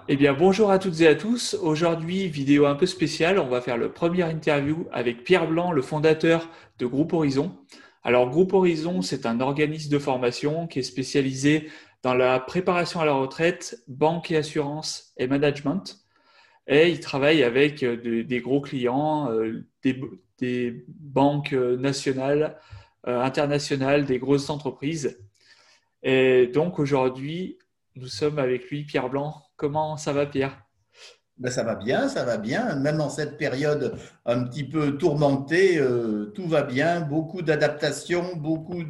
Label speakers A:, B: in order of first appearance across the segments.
A: Eh bien, bonjour à toutes et à tous. Aujourd'hui, vidéo un peu spéciale. On va faire le premier interview avec Pierre Blanc, le fondateur de Groupe Horizon. Alors, Groupe Horizon, c'est un organisme de formation qui est spécialisé dans la préparation à la retraite, banque et assurance et management. Et il travaille avec des gros clients, des banques nationales, internationales, des grosses entreprises. Et donc, aujourd'hui, nous sommes avec lui, Pierre Blanc. Comment ça va, Pierre?
B: Ben, ça va bien, ça va bien. Même dans cette période un petit peu tourmentée, tout va bien. Beaucoup d'adaptations, beaucoup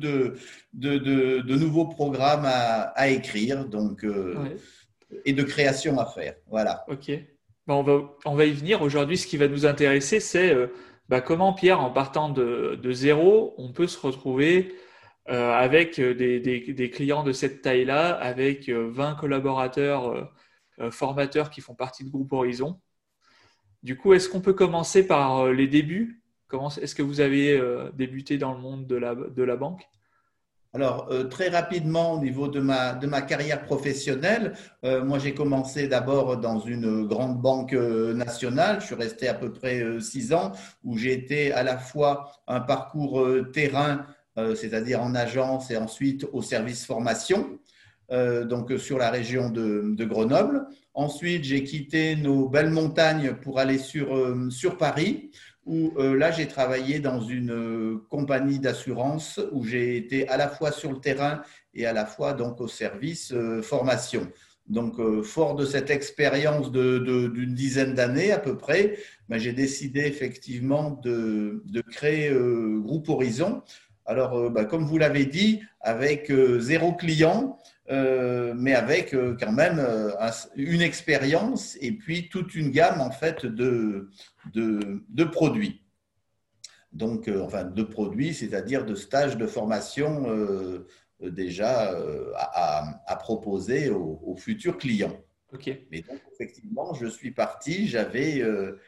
B: de nouveaux programmes à écrire
A: Ouais,
B: et de création à faire. Voilà.
A: ok. Ben, on va y venir. Aujourd'hui, ce qui va nous intéresser, c'est comment, Pierre, en partant de zéro, on peut se retrouver avec des clients de cette taille-là, avec 20 collaborateurs, formateurs qui font partie de Groupe Horizon. Du coup, est-ce qu'on peut commencer par les débuts? Est-ce que vous avez débuté dans le monde de la banque?
B: Alors, très rapidement, au niveau de ma carrière professionnelle, moi j'ai commencé d'abord dans une grande banque nationale. Je suis resté à peu près 6 ans où j'ai été à la fois un parcours terrain, c'est-à-dire en agence et ensuite au service formation, sur la région de Grenoble. Ensuite, j'ai quitté nos belles montagnes pour aller sur Paris où là, j'ai travaillé dans une compagnie d'assurance où j'ai été à la fois sur le terrain et à la fois donc au service formation. Donc, fort de cette expérience d'une dizaine d'années à peu près, ben, j'ai décidé effectivement de créer Groupe Horizon. Alors, ben, comme vous l'avez dit, avec zéro client, mais avec quand même une expérience et puis toute une gamme en fait de produits. Donc, enfin, de produits, c'est-à-dire de stages de formation déjà à proposer aux futurs clients.
A: Ok.
B: Mais donc, effectivement, je suis parti, j'avais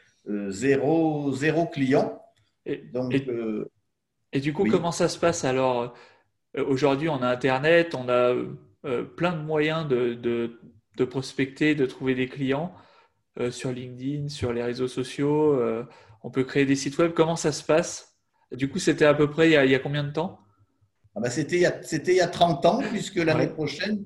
B: zéro client.
A: Et,
B: Donc,
A: et, et du coup,
B: oui.
A: comment ça se passe alors? Aujourd'hui, on a Internet, on a plein de moyens de prospecter, de trouver des clients sur LinkedIn, sur les réseaux sociaux. On peut créer des sites web. Comment ça se passe? Du coup, c'était à peu près il y a combien de temps?
B: Ah ben, c'était il y a 30 ans, puisque l'année
A: Ouais.
B: prochaine,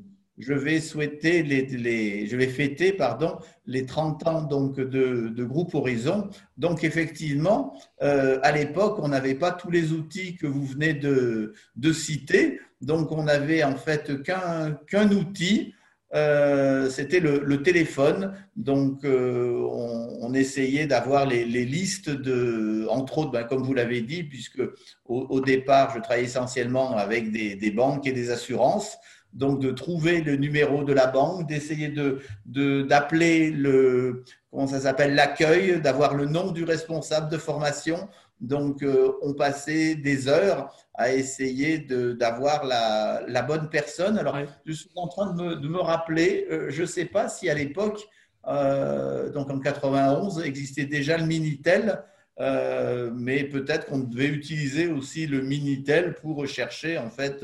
B: je vais fêter pardon, les 30 ans donc, de Groupe Horizon. Donc, effectivement, à l'époque, on n'avait pas tous les outils que vous venez de citer. Donc, on n'avait en fait qu'un outil. C'était le téléphone. Donc, on essayait d'avoir les listes entre autres, ben, comme vous l'avez dit, puisque au départ, je travaillais essentiellement avec des banques et des assurances. Donc, de trouver le numéro de la banque, d'essayer d'appeler comment ça s'appelle, l'accueil, d'avoir le nom du responsable de formation. Donc, on passait des heures à essayer d'avoir la bonne personne. Alors,
A: Ouais.
B: je suis en train de me rappeler, je ne sais pas si à l'époque, donc en 91, existait déjà le Minitel. Mais peut-être qu'on devait utiliser aussi le Minitel pour rechercher en fait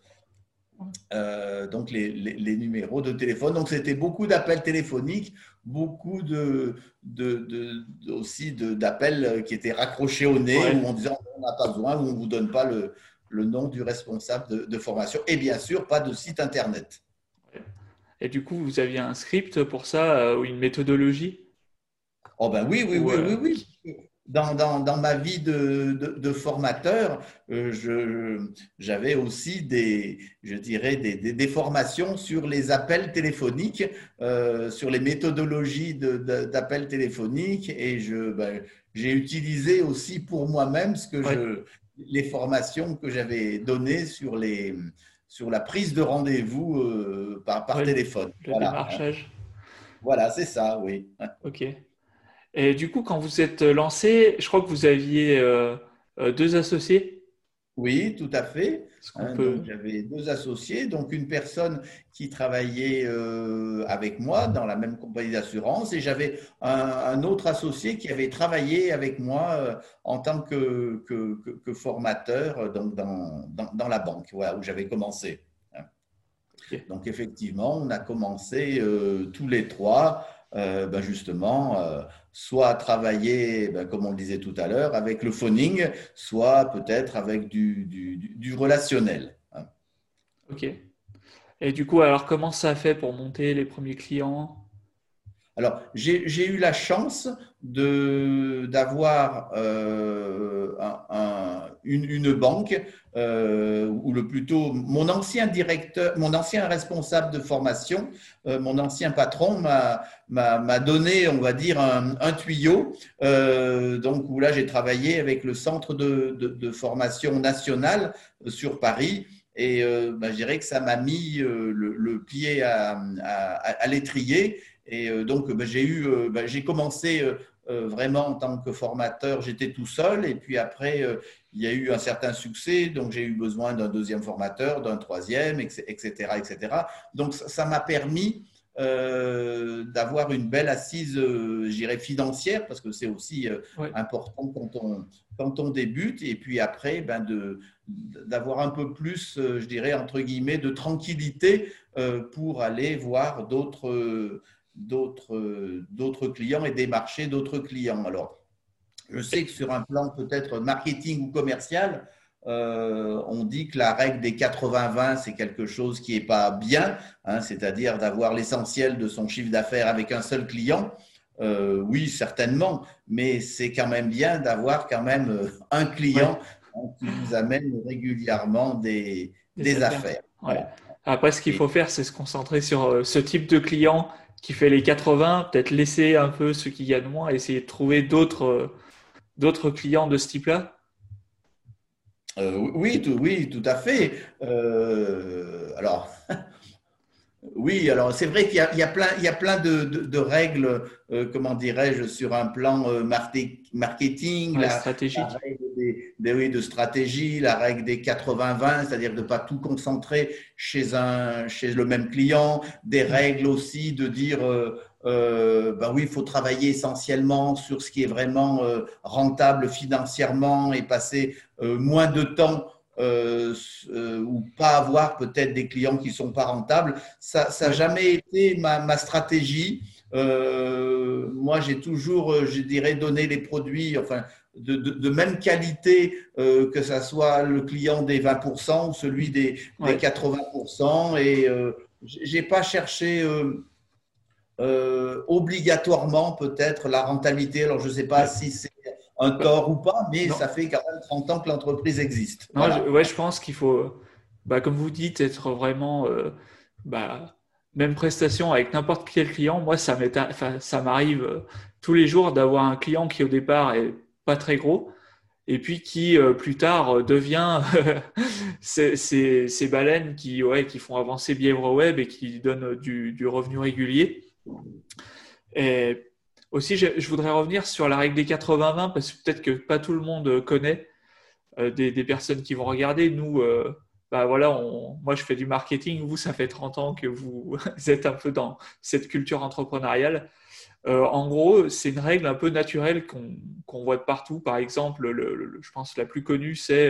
B: donc les numéros de téléphone. Donc c'était beaucoup d'appels téléphoniques, beaucoup aussi d'appels qui étaient raccrochés au nez
A: Ouais.
B: où on disait on n'a pas besoin, où on ne vous donne pas le nom du responsable de formation. Et bien sûr, pas de site internet.
A: Et du coup, vous aviez un script pour ça ou une méthodologie?
B: Oh ben oui, oui,
A: Ou,
B: oui, oui, oui. Dans ma vie de formateur, j'avais aussi je dirais des formations sur les appels téléphoniques, sur les méthodologies d'appels téléphoniques, et ben, j'ai utilisé aussi pour moi-même
A: ouais,
B: les formations que j'avais données sur la prise de rendez-vous par
A: ouais,
B: téléphone.
A: le
B: Voilà, hein.
A: démarchage.
B: Voilà, c'est ça, oui.
A: Ok. Et du coup, quand vous êtes lancé, je crois que vous aviez deux associés.
B: Oui, tout à fait.
A: Ce qu'on
B: Hein,
A: peut.
B: donc, j'avais deux associés, donc une personne qui travaillait avec moi dans la même compagnie d'assurance et j'avais un autre associé qui avait travaillé avec moi en tant que formateur donc dans la banque, voilà, où j'avais commencé. Hein.
A: Ok.
B: Donc, effectivement, on a commencé tous les trois, justement, soit à travailler, comme on le disait tout à l'heure, avec le phoning, soit peut-être avec du relationnel. Hein.
A: Ok. Et du coup, alors comment ça a fait pour monter les premiers clients?
B: Alors, j'ai eu la chance d'avoir une banque, ou plutôt mon ancien directeur, mon ancien responsable de formation, mon ancien patron m'a donné, on va dire, un tuyau. Donc, où là, j'ai travaillé avec le centre de formation nationale sur Paris. Et je dirais que ça m'a mis le pied à l'étrier. Et donc, j'ai commencé vraiment en tant que formateur, j'étais tout seul. Et puis après, il y a eu un certain succès. Donc, j'ai eu besoin d'un deuxième formateur, d'un troisième, etc., etc. Donc, ça m'a permis d'avoir une belle assise, je dirais, financière, parce que c'est aussi
A: Ouais.
B: important quand on débute. Et puis après, d'avoir un peu plus, je dirais, entre guillemets, de tranquillité pour aller voir d'autres clients et démarcher d'autres clients. Alors, je sais que sur un plan peut-être marketing ou commercial, on dit que la règle des 80-20, c'est quelque chose qui n'est pas bien, hein, c'est-à-dire d'avoir l'essentiel de son chiffre d'affaires avec un seul client. Oui, certainement, mais c'est quand même bien d'avoir quand même un
A: Ouais.
B: client, hein, qui vous amène régulièrement
A: Des
B: des
A: affaires.
B: affaires.
A: Ouais.
B: Voilà.
A: Après, ce qu'il
B: Et
A: faut faire, c'est se concentrer sur ce type de client qui fait les 80, peut-être laisser un peu ceux qui gagnent moins, essayer de trouver d'autres clients de ce type-là.
B: oui, tout à fait. Alors, oui, alors c'est vrai qu'il y a plein, il y a plein de règles, comment dirais-je, sur un plan marketing,
A: Ouais,
B: la
A: stratégique.
B: règle oui, de stratégie, la règle des 80-20, c'est-à-dire de ne pas tout concentrer chez le même client, des
A: Mm.
B: règles aussi de dire, oui, il faut travailler essentiellement sur ce qui est vraiment rentable financièrement et passer moins de temps ou pas avoir peut-être des clients qui ne sont pas rentables. Ça n'a
A: Ouais.
B: jamais été ma stratégie. Moi, j'ai toujours, je dirais, donné les produits, enfin, de même qualité, que ce soit le client des 20% ou celui
A: Mm.
B: des
A: Ouais.
B: 80%. Et je n'ai pas cherché obligatoirement peut-être la rentabilité. Alors, je ne sais pas
A: Ouais.
B: si c'est un
A: Bah,
B: tort ou pas, mais
A: non.
B: ça fait quand même 30 ans que l'entreprise existe.
A: Non,
B: Voilà.
A: ouais, je pense qu'il faut, comme vous dites, être vraiment bah, même prestation avec n'importe quel client. Moi, enfin, ça m'arrive tous les jours d'avoir un client qui au départ est pas très gros et puis qui plus tard devient ces baleines qui font avancer Web et qui donnent du revenu régulier. Et aussi, je voudrais revenir sur la règle des 80-20 parce que peut-être que pas tout le monde connaît des personnes qui vont regarder. Nous, voilà, moi je fais du marketing, vous, ça fait 30 ans que vous êtes un peu dans cette culture entrepreneuriale. En gros, c'est une règle un peu naturelle qu'on voit de partout. Par exemple, je pense la plus connue, c'est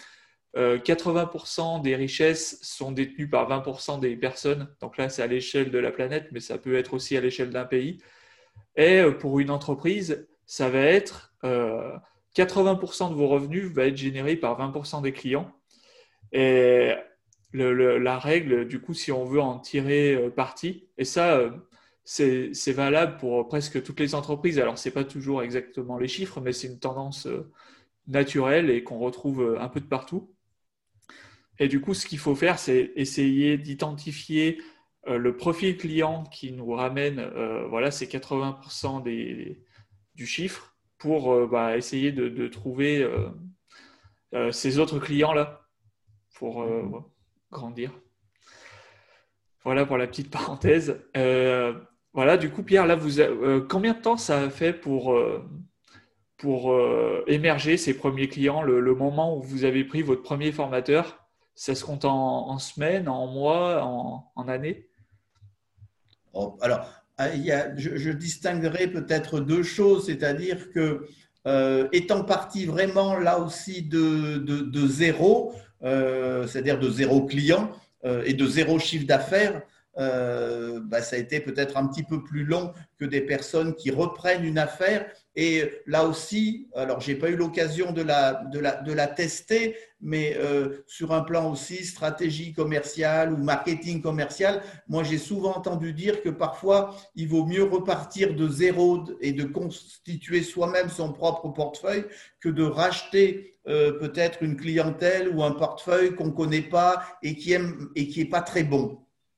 A: 80% des richesses sont détenues par 20% des personnes. Donc là, c'est à l'échelle de la planète, mais ça peut être aussi à l'échelle d'un pays. Et pour une entreprise, ça va être 80% de vos revenus va être généré par 20% des clients. Et la règle, du coup, si on veut en tirer parti, et ça, c'est valable pour presque toutes les entreprises. Alors, c'est pas toujours exactement les chiffres, mais c'est une tendance naturelle et qu'on retrouve un peu de partout. Et du coup, ce qu'il faut faire, c'est essayer d'identifier le profil client qui nous ramène voilà, ces 80% du chiffre pour essayer de trouver ces autres clients-là pour grandir. Voilà pour la petite parenthèse. Voilà, du coup, Pierre, là, combien de temps ça a fait pour émerger ces premiers clients, le moment où vous avez pris votre premier formateur? Ça se compte en semaines, en mois, en années?
B: Alors, je distinguerai peut-être deux choses, c'est-à-dire que étant parti vraiment là aussi de zéro, c'est-à-dire de zéro client, et de zéro chiffre d'affaires, ça a été peut-être un petit peu plus long que des personnes qui reprennent une affaire. Et là aussi, alors j'ai pas eu l'occasion de la tester, mais sur un plan aussi stratégie commerciale ou marketing commercial, moi j'ai souvent entendu dire que parfois il vaut mieux repartir de zéro et de constituer soi-même son propre portefeuille que de racheter peut-être une clientèle ou un portefeuille qu'on connaît pas et qui est pas très bon.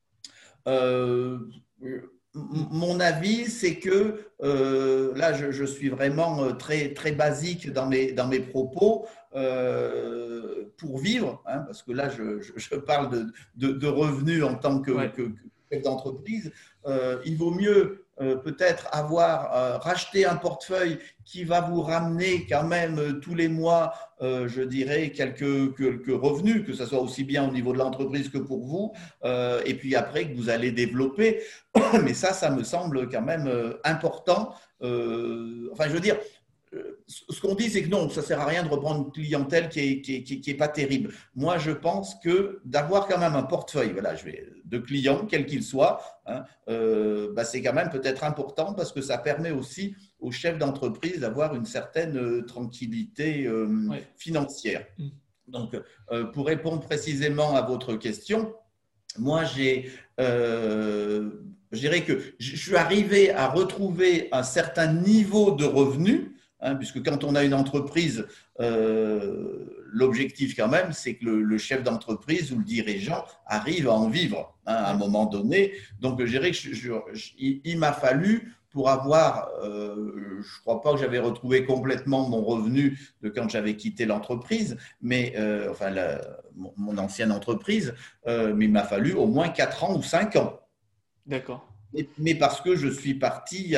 B: Mon avis, c'est que là, je suis vraiment très, très basique dans mes propos pour vivre, hein, parce que là, je parle de revenus en tant que chef d'entreprise. Il vaut mieux peut-être avoir racheté un portefeuille qui va vous ramener quand même tous les mois, je dirais, quelques revenus, que ce soit aussi bien au niveau de l'entreprise que pour vous, et puis après que vous allez développer. Mais ça me semble quand même important. Enfin, je veux dire, ce qu'on dit, c'est que non, ça ne sert à rien de reprendre une clientèle qui est pas terrible. Moi, je pense que d'avoir quand même un portefeuille de clients, quel qu'il soit, hein, c'est quand même peut-être important parce que ça permet aussi aux chefs d'entreprise d'avoir une certaine tranquillité financière. Donc, pour répondre précisément à votre question, moi, je dirais que je suis arrivé à retrouver un certain niveau de revenus, hein, puisque quand on a une entreprise, l'objectif quand même, c'est que le chef d'entreprise ou le dirigeant arrive à en vivre, hein, à un moment donné. Donc, je dirais qu'il m'a fallu pour avoir, je ne crois pas que j'avais retrouvé complètement mon revenu de quand j'avais quitté l'entreprise, mais mon ancienne entreprise, mais il m'a fallu au moins 4 ans ou 5 ans.
A: D'accord.
B: Mais parce que je suis parti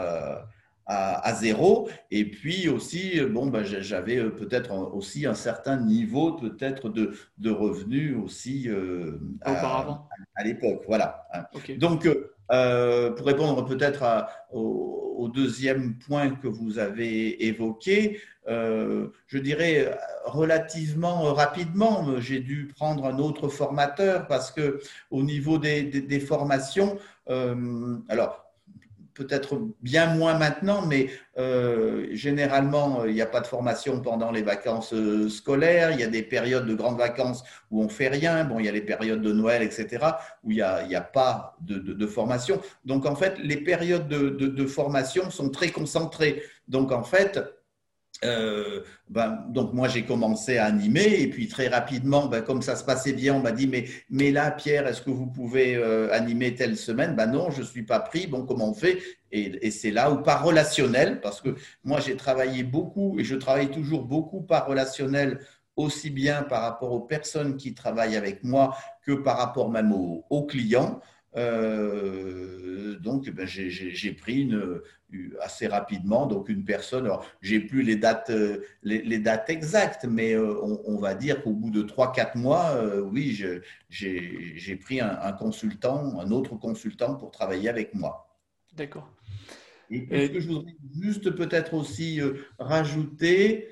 B: à zéro, et puis aussi, j'avais peut-être aussi un certain niveau peut-être de revenus aussi
A: auparavant
B: à l'époque. Voilà.
A: Okay.
B: Donc, pour répondre peut-être au deuxième point que vous avez évoqué, je dirais relativement rapidement, j'ai dû prendre un autre formateur parce que au niveau des formations, alors peut-être bien moins maintenant, mais généralement, il n'y a pas de formation pendant les vacances scolaires. Il y a des périodes de grandes vacances où on ne fait rien. Bon, il y a les périodes de Noël, etc., où il n'y a pas de formation. Donc, en fait, les périodes de formation sont très concentrées. Donc, en fait, donc moi j'ai commencé à animer et puis très rapidement, comme ça se passait bien, on m'a dit mais là Pierre, est-ce que vous pouvez animer telle semaine? Non, je suis pas pris. Bon, comment on fait? Et c'est là où par relationnel, parce que moi j'ai travaillé beaucoup et je travaille toujours beaucoup par relationnel, aussi bien par rapport aux personnes qui travaillent avec moi que par rapport même aux clients. Donc, j'ai pris assez rapidement donc une personne. Alors, j'ai plus les dates exactes, mais on va dire qu'au bout de 3-4 mois, oui, j'ai pris un consultant, un autre consultant pour travailler avec moi.
A: D'accord.
B: Et ce que je voudrais juste peut-être aussi rajouter,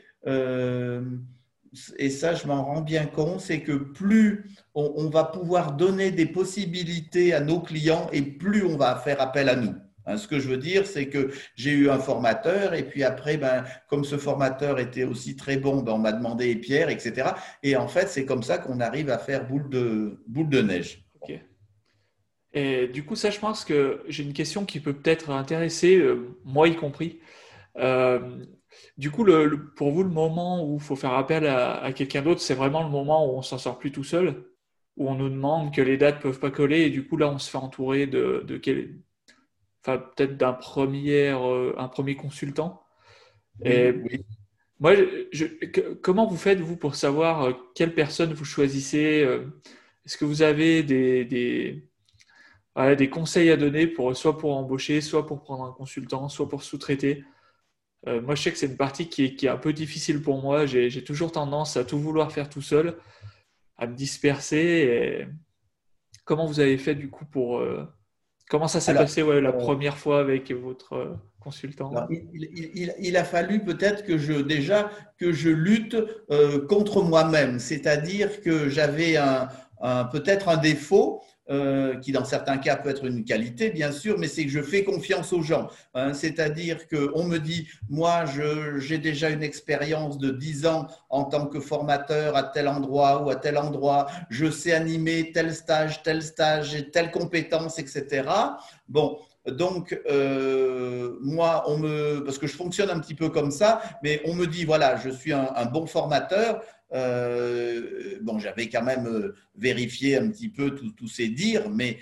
B: et ça, je m'en rends bien compte, c'est que plus on va pouvoir donner des possibilités à nos clients et plus on va faire appel à nous. Hein, ce que je veux dire, c'est que j'ai eu un formateur et puis après, comme ce formateur était aussi très bon, on m'a demandé Pierre, etc. Et en fait, c'est comme ça qu'on arrive à faire boule de neige.
A: Ok. Et du coup, ça, je pense que j'ai une question qui peut peut-être intéresser, moi y compris. Du coup, pour vous, le moment où il faut faire appel à quelqu'un d'autre, c'est vraiment le moment où on s'en sort plus tout seul, où on nous demande que les dates ne peuvent pas coller, et du coup, là, on se fait entourer peut-être un premier consultant. Et
B: oui.
A: moi, comment vous faites, vous, pour savoir quelle personne vous choisissez? Est-ce que vous avez des conseils à donner soit pour embaucher, soit pour prendre un consultant, soit pour sous-traiter? Moi, je sais que c'est une partie qui est un peu difficile pour moi. J'ai toujours tendance à tout vouloir faire tout seul, à me disperser. Et comment vous avez fait du coup comment ça s'est passé la première fois avec votre consultant?
B: Alors, il a fallu peut-être que je lutte contre moi-même, c'est-à-dire que j'avais peut-être un défaut, qui dans certains cas peut être une qualité, bien sûr, mais c'est que je fais confiance aux gens. C'est-à-dire qu'on me dit, moi, j'ai déjà une expérience de 10 ans en tant que formateur à tel endroit ou à tel endroit, je sais animer tel stage, j'ai telle compétence, etc. Bon, donc, moi, parce que je fonctionne un petit peu comme ça, mais on me dit, voilà, je suis un bon formateur. Bon, j'avais quand même vérifié un petit peu tous ces dires, mais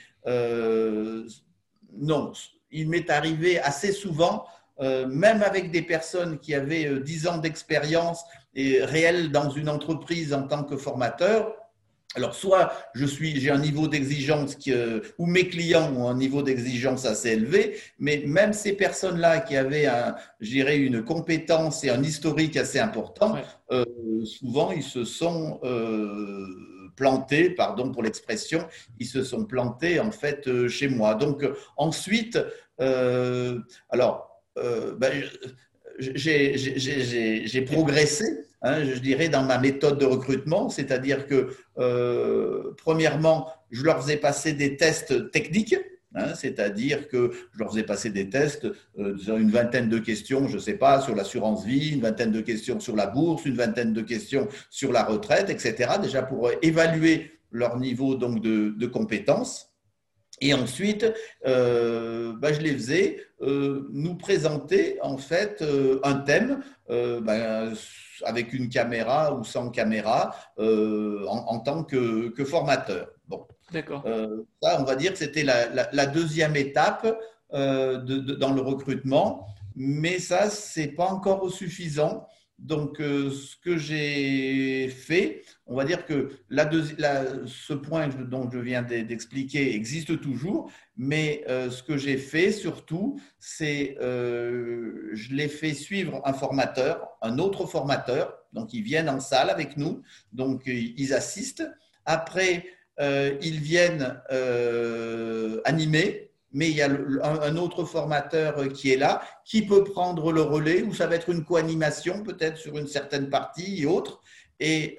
B: non, il m'est arrivé assez souvent, même avec des personnes qui avaient 10 ans d'expérience et réelle dans une entreprise en tant que formateur. Alors, soit j'ai un niveau d'exigence ou mes clients ont un niveau d'exigence assez élevé, mais même ces personnes-là qui avaient, je dirais, une compétence et un historique assez important, souvent ils se sont plantés, pardon pour l'expression, ils se sont plantés en fait chez moi. Donc ensuite, j'ai progressé, je dirais, dans ma méthode de recrutement, c'est-à-dire que, premièrement, je leur faisais passer des tests techniques, c'est-à-dire que je leur faisais passer des tests, une vingtaine de questions, je ne sais pas, sur l'assurance vie, une vingtaine de questions sur la bourse, une vingtaine de questions sur la retraite, etc., déjà pour évaluer leur niveau donc, de compétences. Et ensuite, je les faisais nous présenter en fait un thème avec une caméra ou sans caméra en tant que formateur. Bon,
A: d'accord.
B: Ça, on va dire que c'était la deuxième étape dans le recrutement, mais ça, c'est pas encore suffisant. Donc, ce que j'ai fait, on va dire que ce point dont je viens d'expliquer existe toujours, mais ce que j'ai fait surtout, c'est je l'ai fait suivre un formateur, un autre formateur, donc ils viennent en salle avec nous, donc ils assistent. Après, ils viennent animer. Mais il y a un autre formateur qui est là, qui peut prendre le relais, ou ça va être une co-animation peut-être sur une certaine partie et autres. Et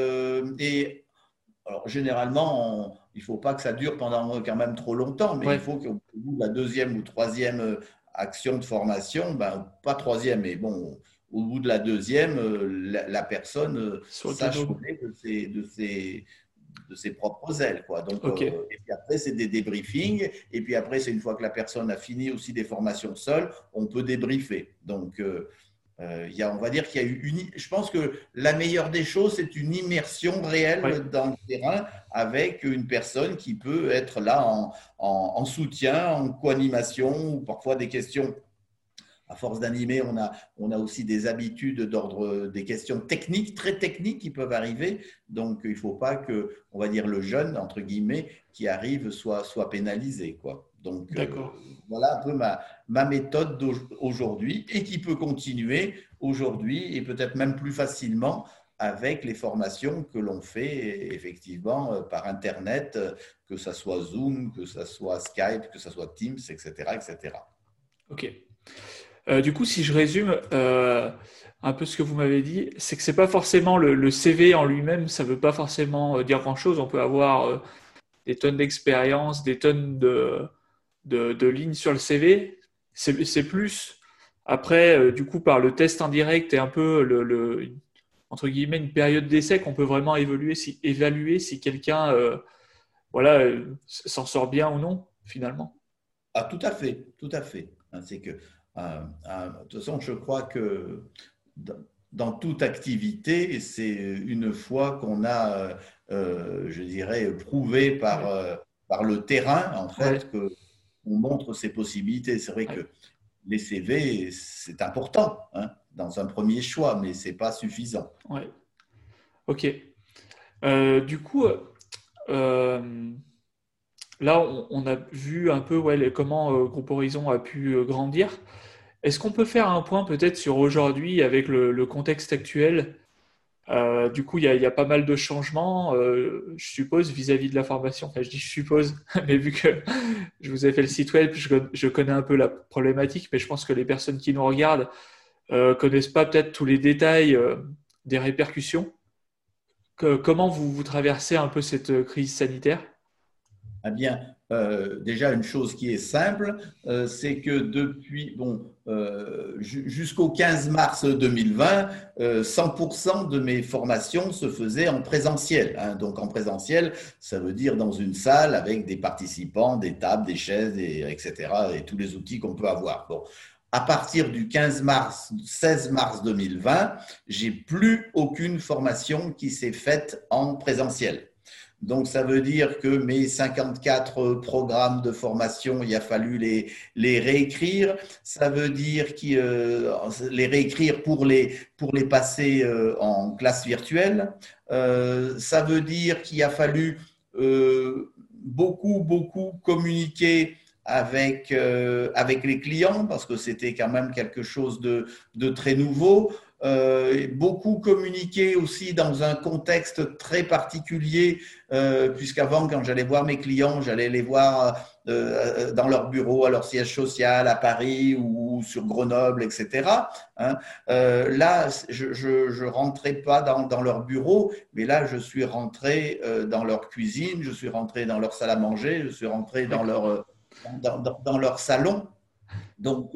B: alors, généralement, il ne faut pas que ça dure pendant quand même trop longtemps, mais il faut qu'au bout de la deuxième ou troisième action de formation, pas troisième, mais bon, au bout de la deuxième, la personne sache voler de ses propres ailes, quoi. Donc, et puis après, c'est des débriefings. Et puis après, c'est une fois que la personne a fini aussi des formations seule, on peut débriefer. Donc, on va dire qu'il y a eu je pense que la meilleure des choses, c'est une immersion réelle dans le terrain avec une personne qui peut être là en soutien, en co-animation ou parfois des questions. À force d'animer, on a aussi des habitudes d'ordre des questions techniques, très techniques qui peuvent arriver. Donc, il ne faut pas que, on va dire, le jeune, entre guillemets, qui arrive soit pénalisé, quoi. Donc, voilà un peu ma méthode d'aujourd'hui et qui peut continuer aujourd'hui et peut-être même plus facilement avec les formations que l'on fait effectivement par Internet, que ce soit Zoom, que ce soit Skype, que ce soit Teams, etc., etc.
A: Ok. Du coup, si je résume un peu ce que vous m'avez dit, c'est que c'est pas forcément le CV en lui-même, ça veut pas forcément dire grand-chose. On peut avoir des tonnes d'expérience, des tonnes de lignes sur le CV. C'est plus après, du coup, par le test indirect et un peu entre guillemets une période d'essai qu'on peut vraiment évaluer si quelqu'un s'en sort bien ou non finalement.
B: Ah, tout à fait, tout à fait. C'est que de toute façon, je crois que dans toute activité, c'est une fois qu'on a, je dirais, prouvé par le terrain, en fait, qu'on montre ses possibilités. C'est vrai que les CV, c'est important dans un premier choix, mais ce n'est pas suffisant.
A: Ouais. Ok. Du coup, là, on a vu un peu comment Groupe Horizon a pu grandir. Est-ce qu'on peut faire un point peut-être sur aujourd'hui avec le contexte actuel? Du coup, il y a pas mal de changements, je suppose, vis-à-vis de la formation. Enfin, je dis je suppose, mais vu que je vous ai fait le site web, je connais un peu la problématique, mais je pense que les personnes qui nous regardent connaissent pas peut-être tous les détails des répercussions. comment vous traversez un peu cette crise sanitaire?
B: Eh bien, déjà, une chose qui est simple, c'est que depuis, jusqu'au 15 mars 2020, 100% de mes formations se faisaient en présentiel, hein. Donc, en présentiel, ça veut dire dans une salle avec des participants, des tables, des chaises, etc., et tous les outils qu'on peut avoir. Bon. À partir du 15 mars, 16 mars 2020, j'ai plus aucune formation qui s'est faite en présentiel. Donc, ça veut dire que mes 54 programmes de formation, il a fallu les réécrire. Ça veut dire les réécrire pour les passer en classe virtuelle. Ça veut dire qu'il a fallu beaucoup communiquer avec les clients parce que c'était quand même quelque chose de très nouveau. Beaucoup communiquer aussi dans un contexte très particulier, puisqu'avant, quand j'allais voir mes clients, j'allais les voir dans leur bureau, à leur siège social, à Paris ou sur Grenoble, etc. Hein. Là, je rentrais pas dans leur bureau, mais là, je suis rentré dans leur cuisine, je suis rentré dans leur salle à manger, je suis rentré dans leur salon. Donc,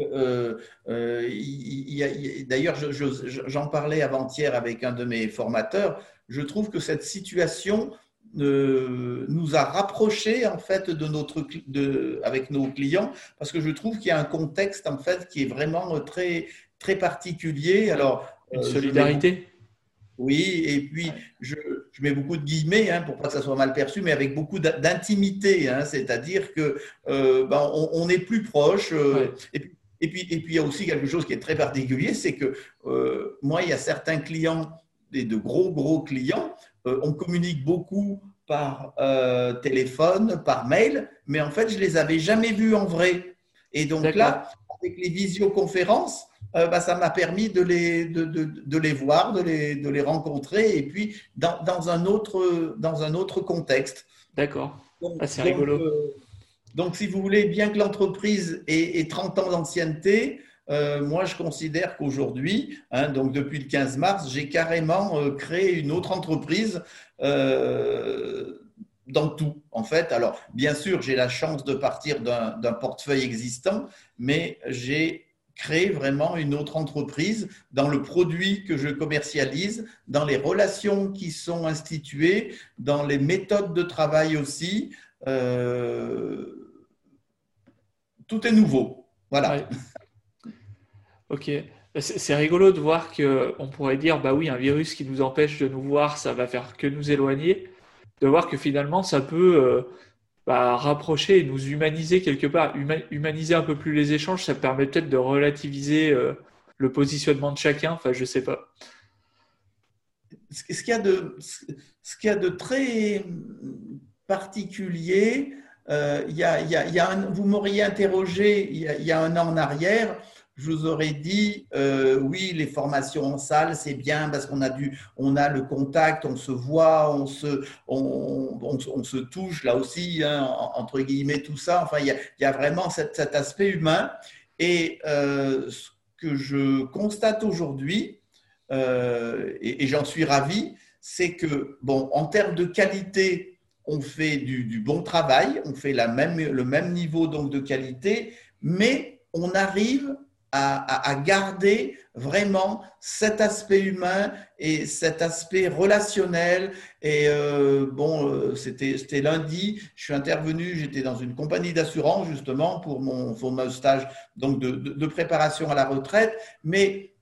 B: d'ailleurs, j'en parlais avant-hier avec un de mes formateurs. Je trouve que cette situation nous a rapprochés en fait avec nos clients parce que je trouve qu'il y a un contexte en fait qui est vraiment très particulier. Alors,
A: une solidarité.
B: Oui, et puis je mets beaucoup de guillemets hein, pour pas que ça soit mal perçu, mais avec beaucoup d'intimité, hein, c'est-à-dire que on est plus proche.
A: Ouais.
B: Et puis il y a aussi quelque chose qui est très particulier, c'est que moi il y a certains clients et de gros clients, on communique beaucoup par téléphone, par mail, mais en fait je les avais jamais vus en vrai. Et donc là, avec les visioconférences, ça m'a permis de les voir, de les rencontrer, et puis dans un autre contexte.
A: D'accord. C'est rigolo.
B: Donc, si vous voulez, bien que l'entreprise ait 30 ans d'ancienneté, moi, je considère qu'aujourd'hui, hein, donc depuis le 15 mars, j'ai carrément créé une autre entreprise dans tout, en fait. Alors, bien sûr, j'ai la chance de partir d'un portefeuille existant, mais j'ai créé vraiment une autre entreprise dans le produit que je commercialise, dans les relations qui sont instituées, dans les méthodes de travail aussi. Tout est nouveau. Voilà.
A: Ouais. Ok. C'est rigolo de voir qu'on pourrait dire, bah oui, un virus qui nous empêche de nous voir, ça va faire que nous éloigner. De voir que finalement, ça peut rapprocher et nous humaniser quelque part. Humaniser un peu plus les échanges, ça permet peut-être de relativiser le positionnement de chacun. Enfin, je sais pas.
B: Ce qu'il y a de très particulier, vous m'auriez interrogé il y a un an en arrière, je vous aurais dit oui, les formations en salle, c'est bien parce qu'on a le contact, on se voit, on se touche là aussi, hein, entre guillemets, tout ça. Enfin, il y a vraiment cet aspect humain. Et ce que je constate aujourd'hui, et j'en suis ravi, c'est que, bon, en termes de qualité, on fait du bon travail, on fait le même niveau donc, de qualité, mais on arrive à garder vraiment cet aspect humain et cet aspect relationnel. Et c'était lundi, je suis intervenu, j'étais dans une compagnie d'assurance justement pour mon stage donc de préparation à la retraite, mais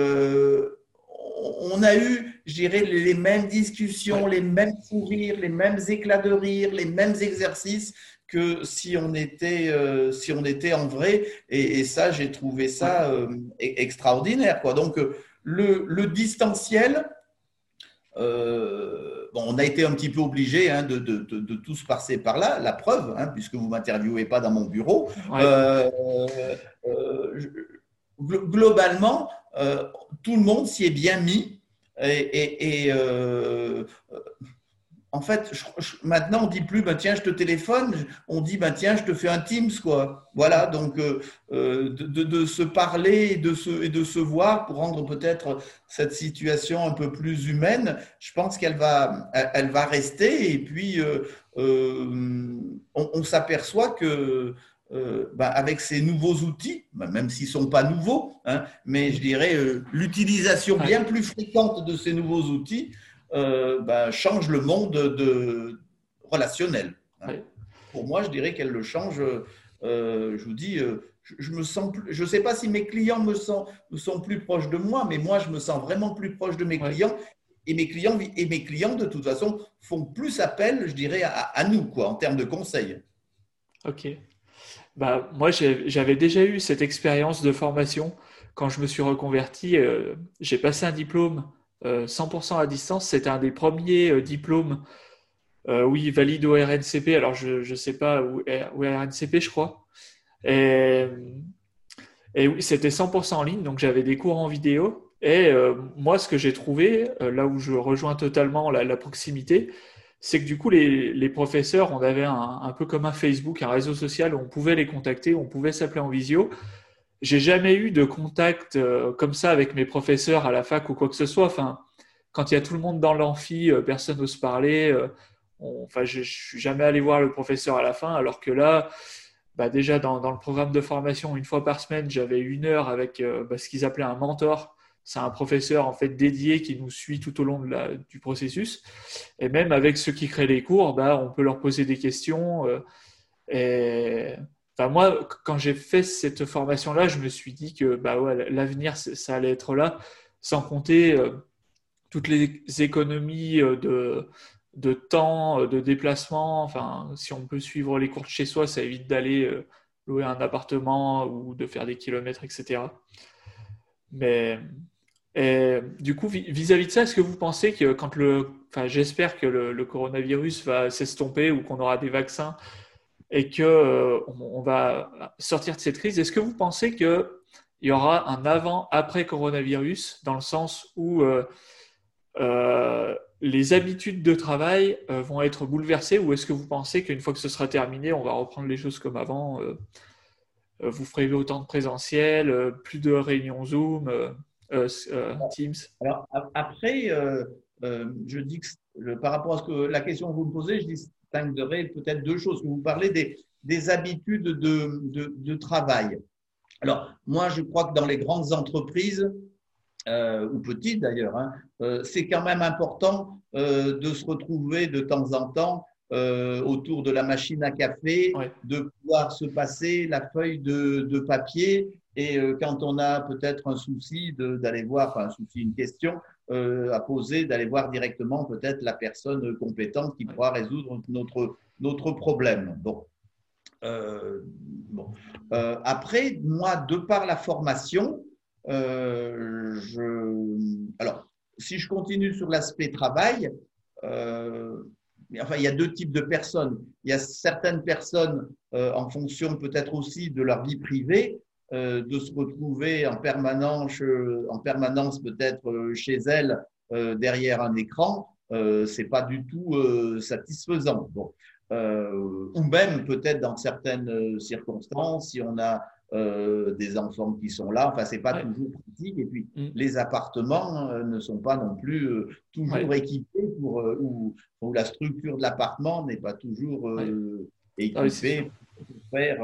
B: on a eu, je dirais, les mêmes discussions, les mêmes fous rires, les mêmes éclats de rire, les mêmes exercices que si on était en vrai. Et ça, j'ai trouvé ça extraordinaire, quoi. Donc, le distanciel, on a été un petit peu obligé hein, de tous passer par là, la preuve, hein, puisque vous ne m'interviewez pas dans mon bureau.
A: Ouais.
B: Globalement, tout le monde s'y est bien mis et en fait, maintenant, on dit plus, ben, tiens, je te téléphone. On dit, ben, tiens, je te fais un Teams, quoi. Voilà, donc de se parler et de se voir pour rendre peut-être cette situation un peu plus humaine, je pense elle va rester. Et puis, on s'aperçoit que ben, avec ces nouveaux outils, ben, même s'ils ne sont pas nouveaux, hein, mais je dirais l'utilisation bien plus fréquente de ces nouveaux outils ben, change le monde relationnel. Hein.
A: Ouais.
B: Pour moi, je dirais qu'elle le change. Je vous dis, je me sens plus, je ne sais pas si mes clients me sont plus proches de moi, mais moi, je me sens vraiment plus proche de mes clients. Et mes clients, de toute façon, font plus appel, je dirais, à nous, quoi, en termes de conseils.
A: Ok. Bah, moi, j'avais déjà eu cette expérience de formation quand je me suis reconverti. J'ai passé un diplôme 100% à distance. C'était un des premiers diplômes, oui, valide au RNCP. Alors, je ne sais pas où est RNCP, je crois. Et, et oui, c'était 100% en ligne, donc j'avais des cours en vidéo. Et moi, ce que j'ai trouvé, là où je rejoins totalement la proximité, c'est que du coup, les professeurs, on avait un peu comme un Facebook, un réseau social où on pouvait les contacter, on pouvait s'appeler en visio. J'ai jamais eu de contact comme ça avec mes professeurs à la fac ou quoi que ce soit. Enfin, quand il y a tout le monde dans l'amphi, personne n'ose parler. Enfin, je suis jamais allé voir le professeur à la fin, alors que là, bah déjà dans le programme de formation, une fois par semaine, j'avais 1 heure avec ce qu'ils appelaient un mentor. C'est un professeur en fait dédié qui nous suit tout au long du processus. Et même avec ceux qui créent les cours, bah, on peut leur poser des questions. Et enfin, moi, quand j'ai fait cette formation-là, je me suis dit que bah, ouais, l'avenir, ça allait être là, sans compter toutes les économies de temps, de déplacement. Enfin, si on peut suivre les cours de chez soi, ça évite d'aller louer un appartement ou de faire des kilomètres, etc. Mais du coup, vis-à-vis de ça, est-ce que vous pensez que enfin, j'espère que le coronavirus va s'estomper ou qu'on aura des vaccins et que on va sortir de cette crise, est-ce que vous pensez qu'il y aura un avant-après coronavirus dans le sens où les habitudes de travail vont être bouleversées, ou est-ce que vous pensez qu'une fois que ce sera terminé, on va reprendre les choses comme avant, vous ferez autant de présentiel, plus de réunions Zoom, Teams?
B: Alors, après, je dis que par rapport à la question que vous me posez, je distinguerai peut-être deux choses. Vous parlez des habitudes de travail. Alors, moi, je crois que dans les grandes entreprises, ou petites d'ailleurs, hein, c'est quand même important de se retrouver de temps en temps autour de la machine à café,
A: Ouais.
B: de pouvoir se passer la feuille de papier et quand on a peut-être un souci d'aller voir, enfin un souci, une question à poser, d'aller voir directement peut-être la personne compétente qui pourra résoudre notre problème. Bon. Bon. Après, moi, de par la formation, alors, si je continue sur l'aspect travail, enfin, il y a deux types de personnes. Il y a certaines personnes, en fonction peut-être aussi de leur vie privée, de se retrouver en permanence peut-être chez elles, derrière un écran, c'est pas du tout satisfaisant. Bon. Ou même peut-être dans certaines circonstances, si on a des enfants qui sont là, enfin, c'est pas toujours pratique. Et puis, les appartements ne sont pas non plus toujours équipés ou la structure de l'appartement n'est pas toujours équipée pour faire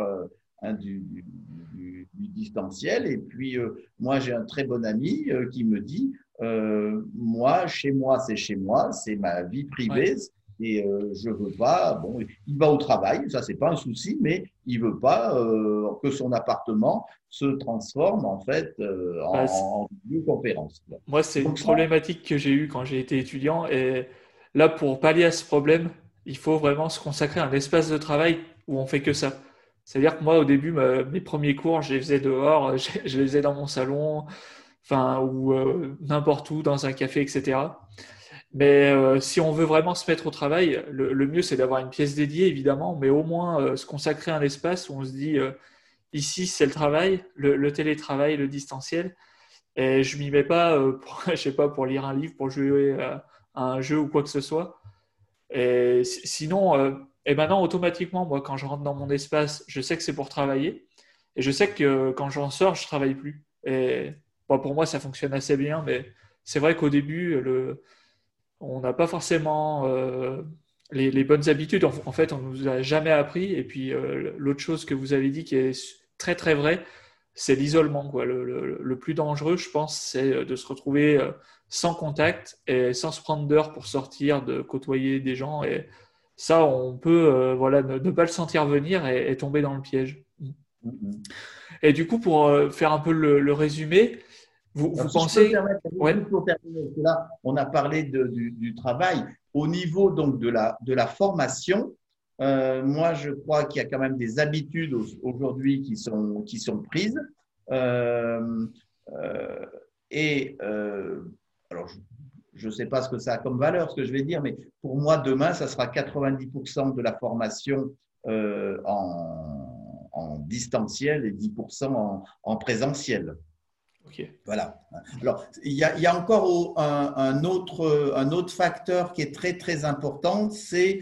B: du distanciel. Et puis, moi, j'ai un très bon ami qui me dit, moi, chez moi, c'est ma vie privée. Et je veux pas. Bon, il va au travail, ça c'est pas un souci, mais il veut pas que son appartement se transforme en fait en vidéoconférence.
A: Moi, c'est une problématique que j'ai eue quand j'ai été étudiant. Et là, pour pallier à ce problème, il faut vraiment se consacrer à un espace de travail où on fait que ça. C'est-à-dire que moi, au début, mes premiers cours, je les faisais dehors, je les faisais dans mon salon, enfin, ou n'importe où, dans un café, etc. Mais si on veut vraiment se mettre au travail, le mieux c'est d'avoir une pièce dédiée évidemment, mais au moins se consacrer à un espace où on se dit ici c'est le travail, le télétravail, le distanciel, et je m'y mets pas pour, je sais pas, pour lire un livre, pour jouer à un jeu ou quoi que ce soit. Et sinon, et maintenant, automatiquement, moi, quand je rentre dans mon espace, je sais que c'est pour travailler. Et je sais que quand j'en sors, je travaille plus. Et bon, pour moi, ça fonctionne assez bien. Mais c'est vrai qu'au début, on n'a pas forcément les bonnes habitudes. En fait, on nous a jamais appris. Et puis, l'autre chose que vous avez dit qui est très, très vrai, c'est l'isolement, quoi. Le plus dangereux, je pense, c'est de se retrouver sans contact et sans se prendre d'heures pour sortir, de côtoyer des gens. Et ça, on peut voilà, ne pas le sentir venir et tomber dans le piège.
B: Mhm.
A: Et du coup, pour faire un peu le résumé, vous
B: Alors, si je peux me
A: pensez.
B: permettre,
A: Ouais,
B: juste pour terminer, parce que là, on a parlé du travail. Au niveau donc de la formation, moi, je crois qu'il y a quand même des habitudes aujourd'hui qui sont prises. Euh, euh, et alors, je ne sais pas ce que ça a comme valeur, ce que je vais dire, mais pour moi, demain, ça sera 90% de la formation en distanciel et 10% en présentiel.
A: ok.
B: Voilà. Alors, il y a encore un autre facteur qui est très, très important, c'est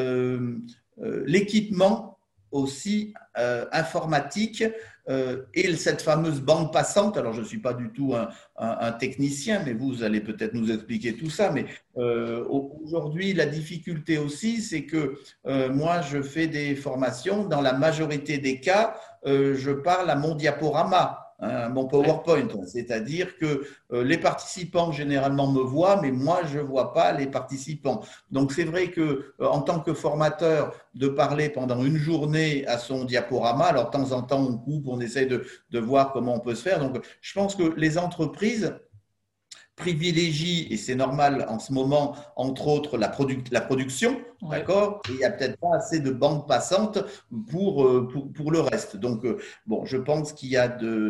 B: l'équipement aussi informatique et cette fameuse bande passante. Alors, je ne suis pas du tout un technicien, mais vous allez peut-être nous expliquer tout ça. Mais aujourd'hui, la difficulté aussi, c'est que moi, je fais des formations. Dans la majorité des cas, je parle à mon diaporama, hein, mon
A: Ouais.
B: PowerPoint. C'est-à-dire que les participants généralement me voient, mais moi, je ne vois pas les participants. Donc, c'est vrai que en tant que formateur, de parler pendant une journée à son diaporama, alors de temps en temps, on coupe, on essaie de voir comment on peut se faire. Donc, je pense que les entreprises privilégie, et c'est normal en ce moment, entre autres, la production,
A: Ouais.
B: d'accord. Et il n'y a peut-être pas assez de bandes passantes pour le reste. Donc, bon, je pense qu'il y a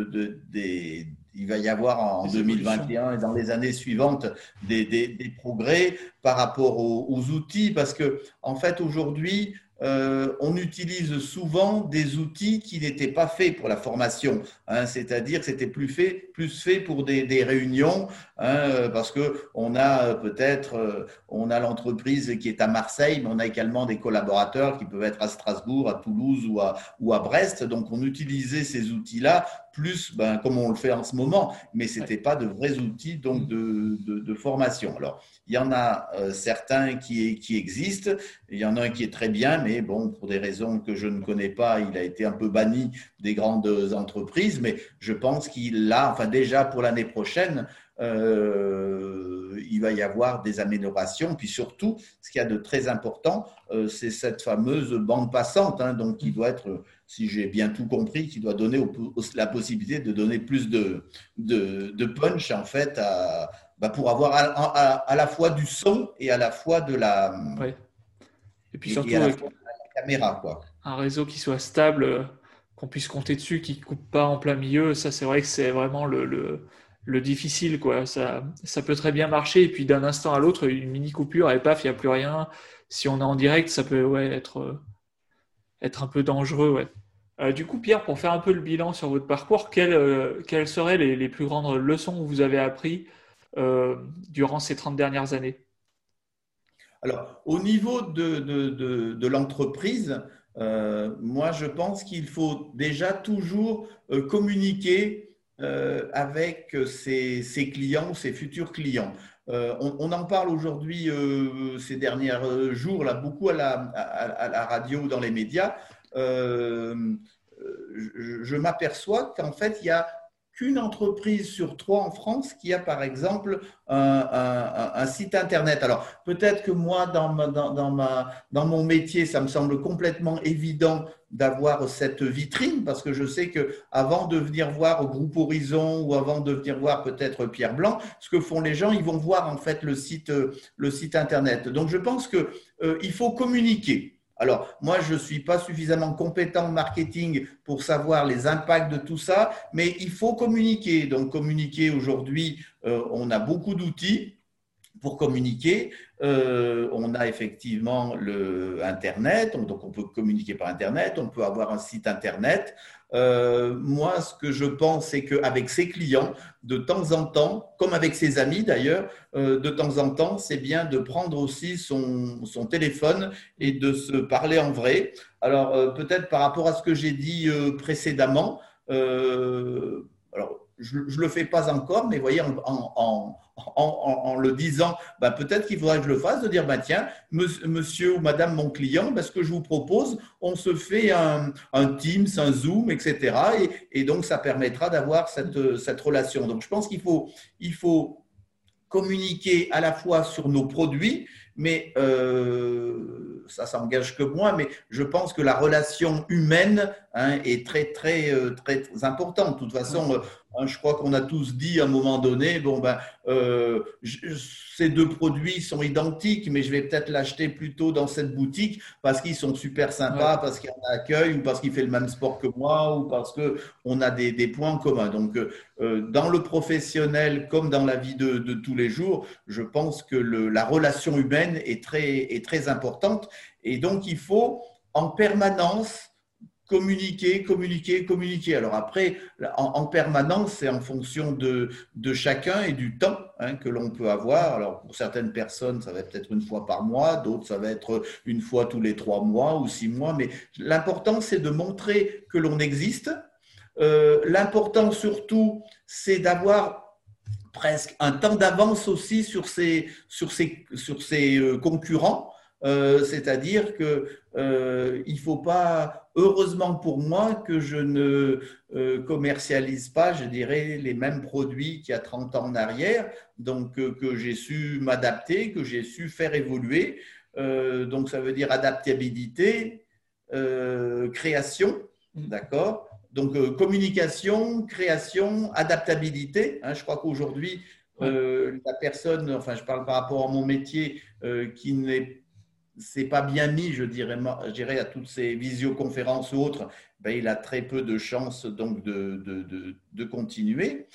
B: il va y avoir en
A: Des évolutions.
B: 2021 et dans les années suivantes des progrès par rapport aux outils, parce que, en fait, aujourd'hui, on utilise souvent des outils qui n'étaient pas faits pour la formation, hein, c'est-à-dire que c'était plus fait pour des réunions, hein, parce que on a peut-être on a l'entreprise qui est à Marseille, mais on a également des collaborateurs qui peuvent être à Strasbourg, à Toulouse ou à Brest. Donc on utilisait ces outils-là plus comme on le fait en ce moment, mais
A: Ouais.
B: c'était pas de vrais outils donc
A: Mm.
B: de formation. Alors il y en a certains qui existent, il y en a un qui est très bien, mais bon, pour des raisons que je ne connais pas, il a été un peu banni des grandes entreprises, mais je pense qu'il a, enfin déjà pour l'année prochaine, il va y avoir des améliorations. Puis surtout, ce qu'il y a de très important, c'est cette fameuse bande passante, hein, donc qui
A: Mm.
B: doit être, si j'ai bien tout compris, qui doit donner la possibilité de donner plus de punch en fait pour avoir à la fois du son et à la fois
A: Ouais. Et puis
B: et à
A: surtout,
B: la fois de la caméra, quoi.
A: un réseau qui soit stable, qu'on puisse compter dessus, qui ne coupe pas en plein milieu, ça c'est vrai que c'est vraiment le difficile, quoi. Ça peut très bien marcher, et puis d'un instant à l'autre, une mini coupure, et paf, il n'y a plus rien. Si on est en direct, ça peut ouais, être un peu dangereux, ouais. Du coup, Pierre, pour faire un peu le bilan sur votre parcours, quelles seraient les plus grandes leçons que vous avez apprises durant ces 30 dernières années?
B: Alors, au niveau de l'entreprise, moi, je pense qu'il faut déjà toujours communiquer avec ses clients, ses futurs clients. On en parle aujourd'hui, ces derniers jours, là, beaucoup à la radio ou dans les médias. Je m'aperçois qu'en fait, il y a qu'une entreprise sur trois en France qui a, par exemple, un site Internet. Alors, peut-être que moi, dans mon métier, ça me semble complètement évident d'avoir cette vitrine, parce que je sais que avant de venir voir au Groupe Horizon ou avant de venir voir peut-être Pierre Blanc, ce que font les gens, ils vont voir en fait le site Internet. Donc, je pense que il faut communiquer. Alors, moi, je ne suis pas suffisamment compétent en marketing pour savoir les impacts de tout ça, mais il faut communiquer. Donc, communiquer aujourd'hui, on a beaucoup d'outils pour communiquer. On a effectivement le Internet, donc on peut communiquer par Internet, on peut avoir un site Internet. Moi, ce que je pense, c'est qu'avec ses clients, de temps en temps, comme avec ses amis d'ailleurs, de temps en temps, c'est bien de prendre aussi son téléphone et de se parler en vrai. Alors, peut-être par rapport à ce que j'ai dit précédemment, alors, je ne le fais pas encore, mais voyez, en le disant, bah, peut-être qu'il faudrait que je le fasse, de dire, bah, tiens, monsieur ou madame mon client, bah, ce que je vous propose, on se fait un Teams, un Zoom, etc. Et donc, ça permettra d'avoir cette relation. Donc, je pense il faut communiquer à la fois sur nos produits, mais ça s'engage que moi, mais je pense que la relation humaine est très, très, très, très importante. De toute façon, je crois qu'on a tous dit à un moment donné, bon, ben, ces deux produits sont identiques, mais je vais peut-être l'acheter plutôt dans cette boutique parce qu'ils sont super sympas, parce qu'il y a un accueil, ou parce qu'il fait le même sport que moi, ou parce qu'on a des points communs. Donc, dans le professionnel comme dans la vie de tous les jours, je pense que la relation humaine est très importante. Et donc, il faut en permanence communiquer, communiquer, communiquer. Alors après, en permanence, c'est en fonction de chacun et du temps que l'on peut avoir. Alors pour certaines personnes, ça va être peut-être une fois par mois, d'autres, ça va être une fois tous les 3 mois ou 6 mois. Mais l'important, c'est de montrer que l'on existe. L'important surtout, c'est d'avoir presque un temps d'avance aussi sur ses concurrents. C'est-à-dire que il faut pas, heureusement pour moi, que je ne commercialise pas, je dirais, les mêmes produits qu'il y a 30 ans en arrière, donc que j'ai su m'adapter, que j'ai su faire évoluer. Donc ça veut dire adaptabilité, création, d'accord? Donc communication, création, adaptabilité. Je crois qu'aujourd'hui, la personne, enfin je parle par rapport à mon métier, qui n'est c'est pas bien mis, je dirais, à toutes ces visioconférences ou autres, ben, il a très peu de chances donc de continuer.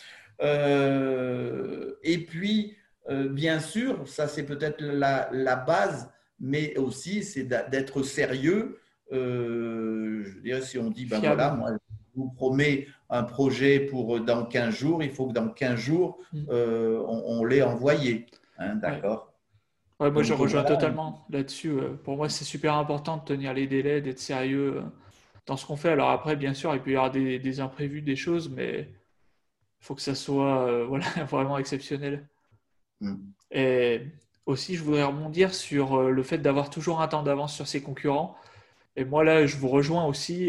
B: Et puis, bien sûr, ça c'est peut-être la base, mais aussi c'est d'être sérieux. Je dirais, si on dit, ben voilà, moi je vous promets un projet pour dans 15 jours, il faut que dans 15 jours, on l'ait envoyé. D'accord.
A: Ouais, moi, je
B: Donc
A: rejoins
B: voilà.
A: totalement là-dessus. Pour moi, c'est super important de tenir les délais, d'être sérieux dans ce qu'on fait. Alors après, bien sûr, il peut y avoir des imprévus, des choses, mais il faut que ça soit voilà, vraiment exceptionnel. Et aussi, je voudrais rebondir sur le fait d'avoir toujours un temps d'avance sur ses concurrents. Et moi, là, je vous rejoins aussi.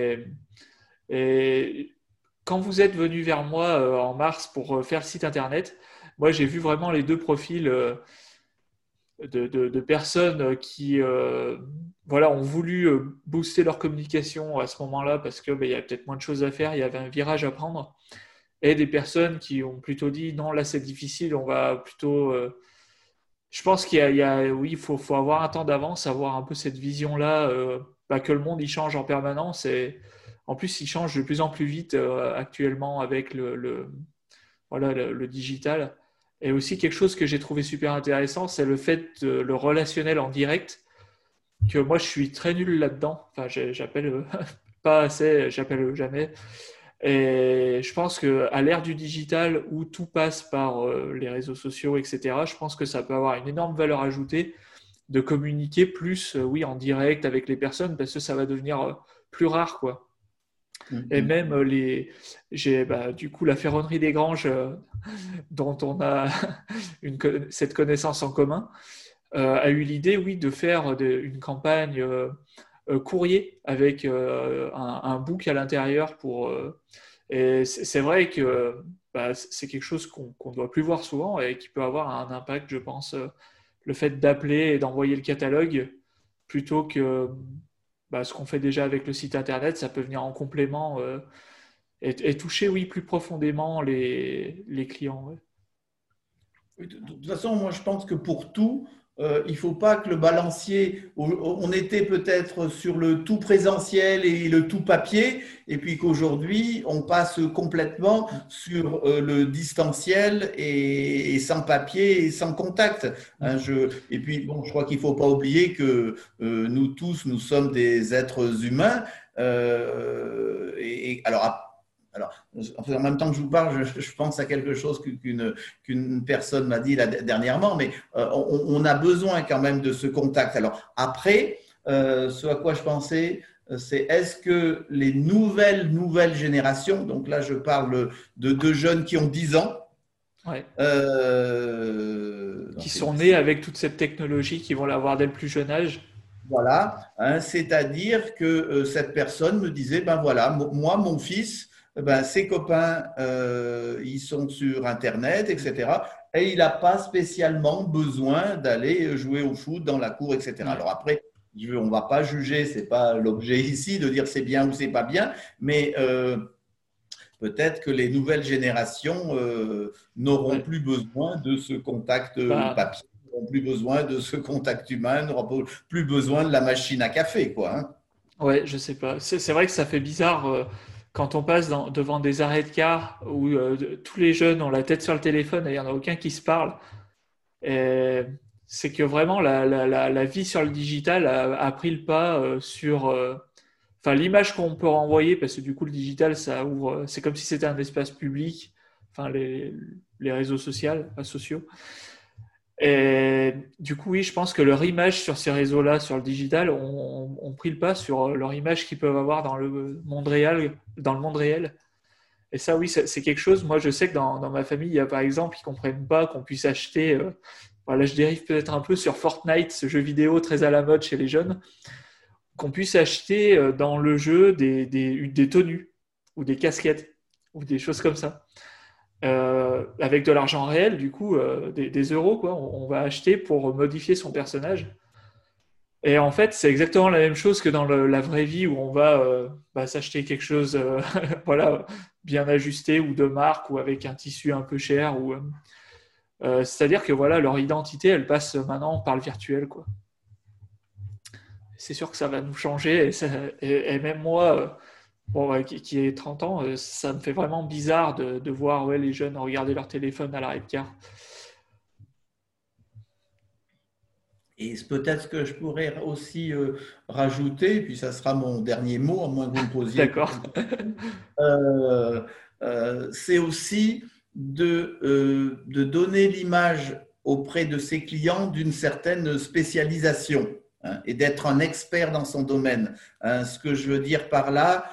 A: Et quand vous êtes venu vers moi en mars pour faire le site internet, moi, j'ai vu vraiment les deux profils. De personnes qui voilà, ont voulu booster leur communication à ce moment-là parce que il y a peut-être moins de choses à faire, il y avait un virage à prendre, et des personnes qui ont plutôt dit non, là c'est difficile, on va plutôt je pense oui, faut avoir un temps d'avance, avoir un peu cette vision-là, que le monde il change en permanence, et en plus il change de plus en plus vite actuellement avec voilà, le digital. Et aussi quelque chose que j'ai trouvé super intéressant, c'est le fait de le relationnel en direct, que moi je suis très nul là-dedans. Enfin, j'appelle pas assez, j'appelle jamais. Et je pense qu'à l'ère du digital où tout passe par les réseaux sociaux, etc., je pense que ça peut avoir une énorme valeur ajoutée de communiquer plus, oui, en direct avec les personnes, parce que ça va devenir plus rare, quoi. Et même du coup, la Ferronnerie des Granges, dont on a cette connaissance en commun, a eu l'idée, oui, de faire une campagne courrier avec un book à l'intérieur et c'est vrai que c'est quelque chose qu'on ne doit plus voir souvent et qui peut avoir un impact, je pense, le fait d'appeler et d'envoyer le catalogue plutôt que ce qu'on fait déjà avec le site internet, ça peut venir en complément et toucher, oui, plus profondément les clients. Ouais.
B: De toute façon, moi je pense que pour tout, il ne faut pas que le balancier, on était peut-être sur le tout présentiel et le tout papier, et puis qu'aujourd'hui, on passe complètement sur le distanciel et sans papier et sans contact. Et puis, bon, je crois qu'il ne faut pas oublier que nous tous, nous sommes des êtres humains. Alors, en même temps que je vous parle, je pense à quelque chose qu'une personne m'a dit dernièrement, mais on a besoin quand même de ce contact. Alors après, ce à quoi je pensais, c'est est-ce que les nouvelles générations, donc là je parle de jeunes qui ont 10 ans,
A: Ouais.
B: euh,
A: Qui sont nés avec toute cette technologie, qui vont l'avoir dès le plus jeune âge.
B: voilà, hein, c'est-à-dire que cette personne me disait, ben voilà, moi, mon fils, ben, ses copains, ils sont sur Internet, etc. Et il n'a pas spécialement besoin d'aller jouer au foot dans la cour, etc.
A: Ouais.
B: Alors après, on ne va pas juger, ce n'est pas l'objet ici de dire c'est bien ou c'est pas bien, mais peut-être que les nouvelles générations n'auront
A: Ouais.
B: plus besoin de ce contact
A: Bah,
B: papier, n'auront plus besoin de ce contact humain, n'auront plus besoin de la machine à café, quoi. Hein.
A: ouais, je sais pas. C'est vrai que ça fait bizarre quand on passe devant des arrêts de car où tous les jeunes ont la tête sur le téléphone et il n'y en a aucun qui se parle. Et c'est que vraiment la vie sur le digital a pris le pas sur enfin, l'image qu'on peut renvoyer, parce que du coup le digital ça ouvre, c'est comme si c'était un espace public, enfin les réseaux sociaux. Et du coup, oui, je pense que leur image sur ces réseaux-là, sur le digital, ont pris le pas sur leur image qu'ils peuvent avoir dans le monde réel, dans le monde réel. Et ça, oui, c'est quelque chose. Moi, je sais que dans ma famille, il y a par exemple, ils comprennent pas qu'on puisse acheter. Voilà, je dérive peut-être un peu sur Fortnite, ce jeu vidéo très à la mode chez les jeunes, qu'on puisse acheter dans le jeu des tenues ou des casquettes ou des choses comme ça. Avec de l'argent réel, du coup, des euros, quoi, on va acheter pour modifier son personnage. Et en fait, c'est exactement la même chose que dans la vraie vie où on va s'acheter quelque chose voilà, bien ajusté ou de marque ou avec un tissu un peu cher. C'est-à-dire que voilà, leur identité, elle passe maintenant par le virtuel, quoi. C'est sûr que ça va nous changer. Et même moi, bon, ouais, qui ai 30 ans, ça me fait vraiment bizarre de voir ouais, les jeunes regarder leur téléphone à l'arrêt de car.
B: Et peut-être ce que je pourrais aussi rajouter, puis ça sera mon dernier mot, à moins que vous me posiez
A: D'accord.
B: euh, c'est aussi de donner l'image auprès de ses clients d'une certaine spécialisation, hein, et d'être un expert dans son domaine. Hein. Ce que je veux dire par là,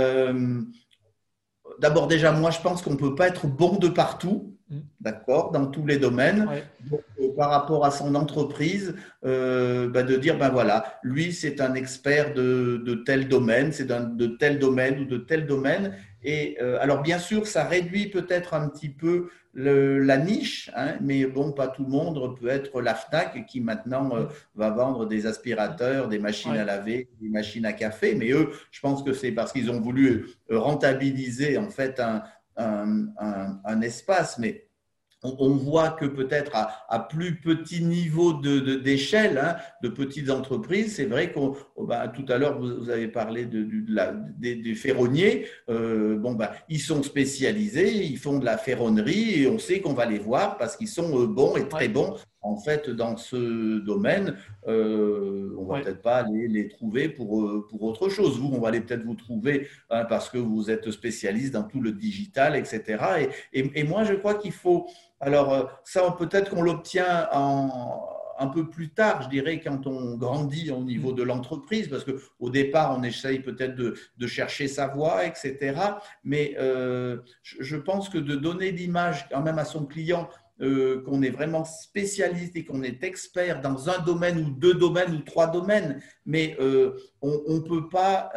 B: d'abord déjà, moi je pense qu'on ne peut pas être bon de partout. D'accord, dans tous les domaines.
A: Ouais,
B: Donc, par rapport à son entreprise, de dire, ben voilà, lui, c'est un expert de tel domaine, c'est de tel domaine ou de tel domaine. Et alors, bien sûr, ça réduit peut-être un petit peu la niche, hein, mais bon, pas tout le monde peut être la FNAC qui maintenant va vendre des aspirateurs, des machines à
A: ouais,
B: laver, des machines à café. Mais eux, je pense que c'est parce qu'ils ont voulu rentabiliser en fait un espace, mais on voit que peut-être à plus petit niveau d'échelle, hein, de petites entreprises, c'est vrai qu'on, tout à l'heure, vous avez parlé des ferronniers, ils sont spécialisés, ils font de la ferronnerie et on sait qu'on va les voir parce qu'ils sont bons et très
A: ouais,
B: bons en fait dans ce domaine. On va
A: ouais.
B: peut-être pas les trouver pour autre chose. Vous, on va peut-être vous trouver, hein, parce que vous êtes spécialiste dans tout le digital, etc. Et moi, je crois qu'il faut… Alors, ça, peut-être qu'on l'obtient un peu plus tard, je dirais, quand on grandit au niveau de l'entreprise, parce qu'au départ, on essaye peut-être de chercher sa voie, etc. Mais je pense que de donner l'image quand même à son client qu'on est vraiment spécialiste et qu'on est expert dans un domaine ou deux domaines ou trois domaines, mais on ne peut pas…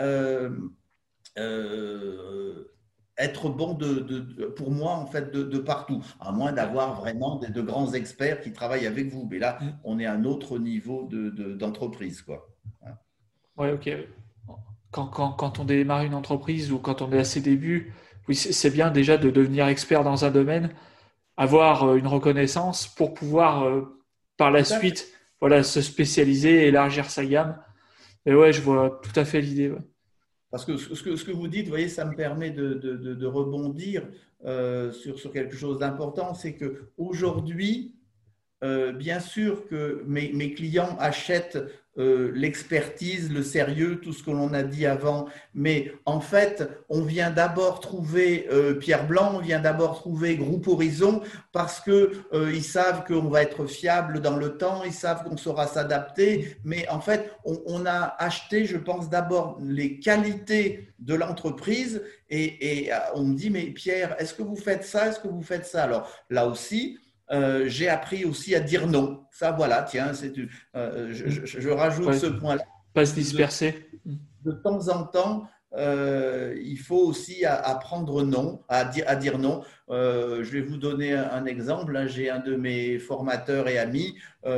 B: être bon pour moi en fait de partout, à moins
A: Ouais.
B: d'avoir vraiment de grands experts qui travaillent avec vous. Mais là,
A: Mm.
B: on est à un autre niveau d'entreprise, quoi.
A: Ouais, ok. Quand on démarre une entreprise ou quand on est à ses débuts, oui, c'est bien déjà de devenir expert dans un domaine, avoir une reconnaissance pour pouvoir par la
B: Tout à fait.
A: suite voilà, se spécialiser, élargir sa gamme. Et ouais, je vois tout à fait l'idée. Ouais.
B: Parce que ce que vous dites, vous voyez, ça me permet de rebondir sur quelque chose d'important, c'est qu'aujourd'hui, bien sûr que mes clients achètent l'expertise, le sérieux, tout ce que l'on a dit avant. Mais en fait, on vient d'abord trouver Pierre Blanc, on vient d'abord trouver Groupe Horizon parce que ils savent qu'on va être fiable dans le temps, ils savent qu'on saura s'adapter. Mais en fait, on a acheté, je pense, d'abord les qualités de l'entreprise et on me dit, mais Pierre, est-ce que vous faites ça? Est-ce que vous faites ça? Alors là aussi, j'ai appris aussi à dire non. Ça, voilà, tiens, je rajoute ce point-là.
A: Pas se disperser.
B: De temps en temps, il faut aussi apprendre non, à dire non. Je vais vous donner un exemple. J'ai un de mes formateurs et amis.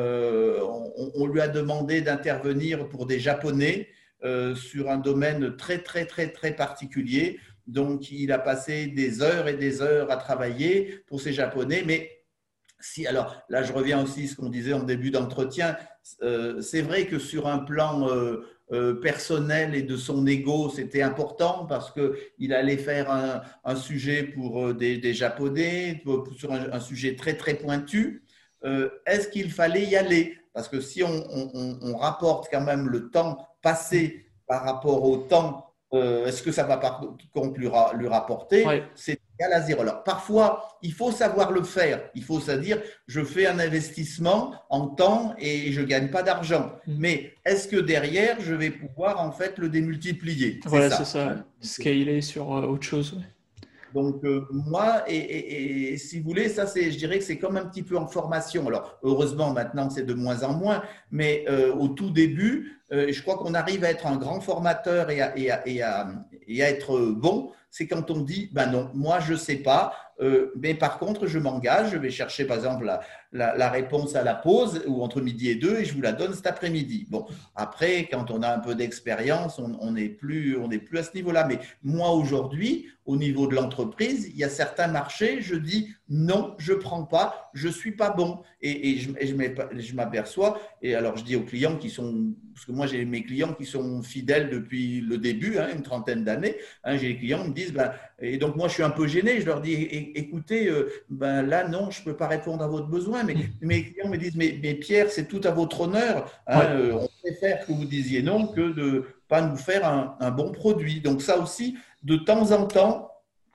B: On lui a demandé d'intervenir pour des Japonais sur un domaine très, très, très, très particulier. Donc, il a passé des heures et des heures à travailler pour ces Japonais. Mais alors là, je reviens aussi à ce qu'on disait en début d'entretien. C'est vrai que sur un plan personnel et de son ego, c'était important parce qu'il allait faire un sujet pour des Japonais, sur un sujet très, très pointu. Est-ce qu'il fallait y aller? Parce que si on rapporte quand même le temps passé par rapport au temps, est-ce que ça va par contre lui rapporter?
A: Ouais.
B: C'est égal à zéro. Alors, parfois, il faut savoir le faire. Il faut se dire, je fais un investissement en temps et je ne gagne pas d'argent. Mais est-ce que derrière, je vais pouvoir en fait le démultiplier?
A: Voilà, c'est ça. Scaler sur autre chose.
B: Donc, moi, et si vous voulez, ça, je dirais que c'est comme un petit peu en formation. Alors, heureusement, maintenant, c'est de moins en moins, mais au tout début, je crois qu'on arrive à être un grand formateur et à être bon, c'est quand on dit, ben non, moi, je ne sais pas, mais par contre, je m'engage, je vais chercher, par exemple, la réponse à la pause ou entre midi et 2 et je vous la donne cet après-midi. Bon, après, quand on a un peu d'expérience, on n'est plus à ce niveau-là. Mais moi, aujourd'hui, au niveau de l'entreprise, il y a certains marchés, je dis non, je ne prends pas, je ne suis pas bon. Et je m'aperçois, et alors je dis aux clients qui sont, parce que moi j'ai mes clients qui sont fidèles depuis le début, une trentaine d'années, j'ai des clients qui me disent, et donc moi je suis un peu gêné, je leur dis, écoutez, là non, je ne peux pas répondre à votre besoin, mais mes clients me disent, mais Pierre, c'est tout à votre honneur, on préfère que vous disiez non que de ne pas nous faire un bon produit. Donc ça aussi, de temps en temps,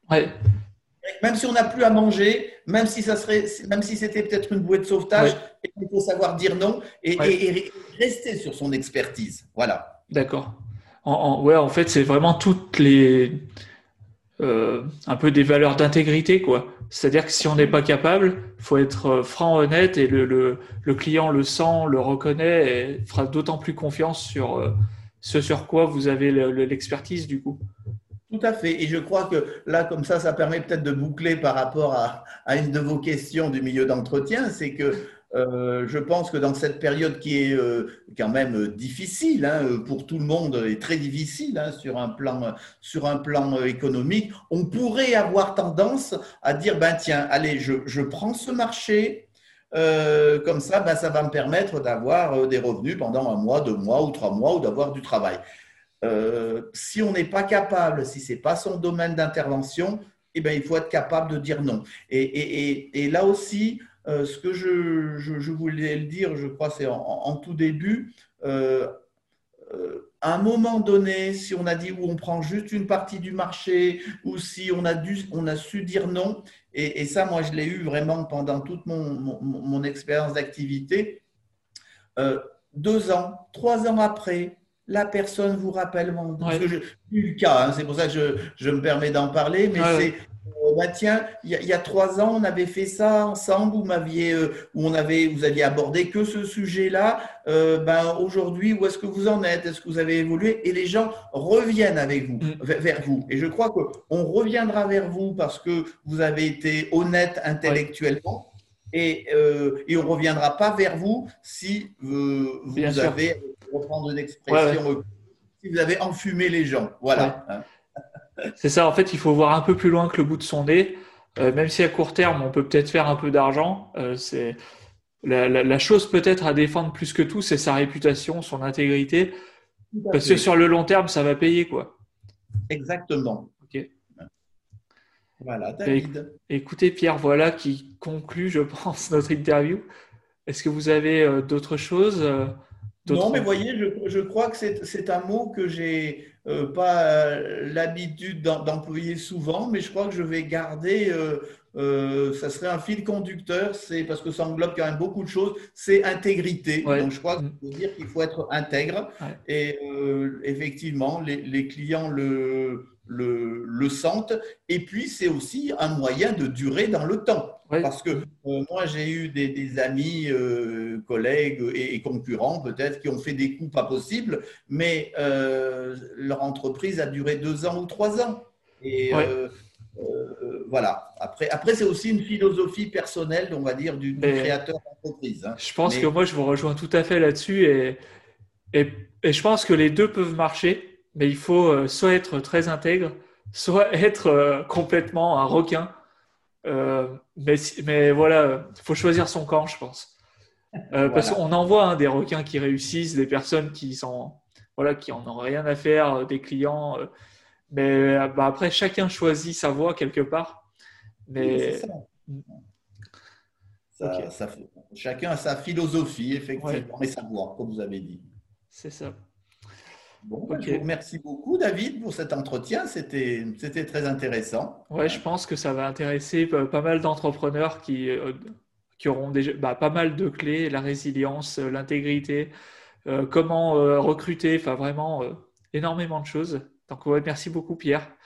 B: même si on n'a plus à manger, même si c'était peut-être une bouée de sauvetage, il faut savoir dire non et rester sur son expertise. Voilà.
A: D'accord. En fait, c'est vraiment toutes les un peu des valeurs d'intégrité, quoi. C'est-à-dire que si on n'est pas capable, faut être franc, honnête, et le client le sent, le reconnaît et fera d'autant plus confiance sur ce sur quoi vous avez l'expertise, du coup.
B: Tout à fait. Et je crois que là, comme ça permet peut-être de boucler par rapport à une de vos questions du milieu d'entretien. C'est que je pense que dans cette période qui est quand même difficile pour tout le monde et très difficile sur un plan économique, on pourrait avoir tendance à dire, tiens, allez, je prends ce marché. Comme ça va me permettre d'avoir des revenus pendant 1 mois, 2 mois ou 3 mois ou d'avoir du travail. Si on n'est pas capable, si ce n'est pas son domaine d'intervention, il faut être capable de dire non. Et là aussi, ce que je voulais le dire, je crois, c'est en tout début, à un moment donné, si on a dit où on prend juste une partie du marché ou si on a su dire non, et ça, moi, je l'ai eu vraiment pendant toute mon expérience d'activité, 2 ans, 3 ans après, la personne vous rappelle. Parce que j'ai eu le cas, c'est pour ça que je me permets d'en parler, mais c'est tiens, il y a 3 ans, on avait fait ça ensemble, vous aviez abordé que ce sujet-là. Aujourd'hui, où est-ce que vous en êtes? Est-ce que vous avez évolué? Et les gens reviennent avec vous, vers vous. Et je crois qu'on reviendra vers vous parce que vous avez été honnête intellectuellement. Et on ne reviendra pas vers vous si vous avez, pour reprendre une expression, si vous avez enfumé les gens. Voilà.
A: C'est ça, en fait, il faut voir un peu plus loin que le bout de son nez. Même si à court terme, on peut peut-être faire un peu d'argent, c'est la chose peut-être à défendre plus que tout, c'est sa réputation, son intégrité. Parce que sur le long terme, ça va payer, quoi.
B: Exactement.
A: Ok.
B: Voilà, David.
A: Écoutez, Pierre, voilà qui conclut, je pense, notre interview. Est-ce que vous avez d'autres choses
B: Non, mais
A: d'autres.
B: voyez, je crois que c'est un mot que j'ai pas l'habitude d'employer souvent, mais je crois que je vais garder, ça serait un fil conducteur, c'est parce que ça englobe quand même beaucoup de choses, c'est intégrité.
A: Ouais.
B: Donc je crois que ça
A: Mm.
B: veut dire qu'il faut être intègre
A: Ouais.
B: et effectivement, les clients le sentent. Et puis, c'est aussi un moyen de durer dans le temps.
A: Ouais.
B: Parce que
A: Mm.
B: moi, j'ai eu des amis, collègues et concurrents peut-être qui ont fait des coups pas possibles, mais leur entreprise a duré 2 ans ou 3 ans. Et
A: Ouais.
B: voilà. Après c'est aussi une philosophie personnelle, on va dire, du
A: Mais
B: créateur d'entreprise, hein.
A: je pense que
B: Mais
A: moi, je vous rejoins tout à fait là-dessus et, et je pense que les deux peuvent marcher, mais il faut soit être très intègre, soit être complètement un requin. Mais voilà, il faut choisir son camp, je pense. Parce
B: voilà.
A: qu'on en voit hein, des requins qui réussissent, des personnes voilà, qui en ont rien à faire, des clients. Mais bah, après, chacun choisit sa voie quelque part.
B: Oui, c'est
A: Mais
B: ça.
A: ok,
B: Chacun a sa philosophie,
A: ouais,
B: effectivement, et sa voix, comme vous avez dit.
A: c'est ça.
B: Bon, ben,
A: Ok,
B: je vous remercie beaucoup, David, pour cet entretien. C'était très intéressant,
A: ouais, je
B: hein.
A: pense que ça va intéresser pas mal d'entrepreneurs qui auront déjà bah, pas mal de clés, la résilience, l'intégrité, comment recruter, enfin vraiment énormément de choses. Donc ouais, merci beaucoup Pierre.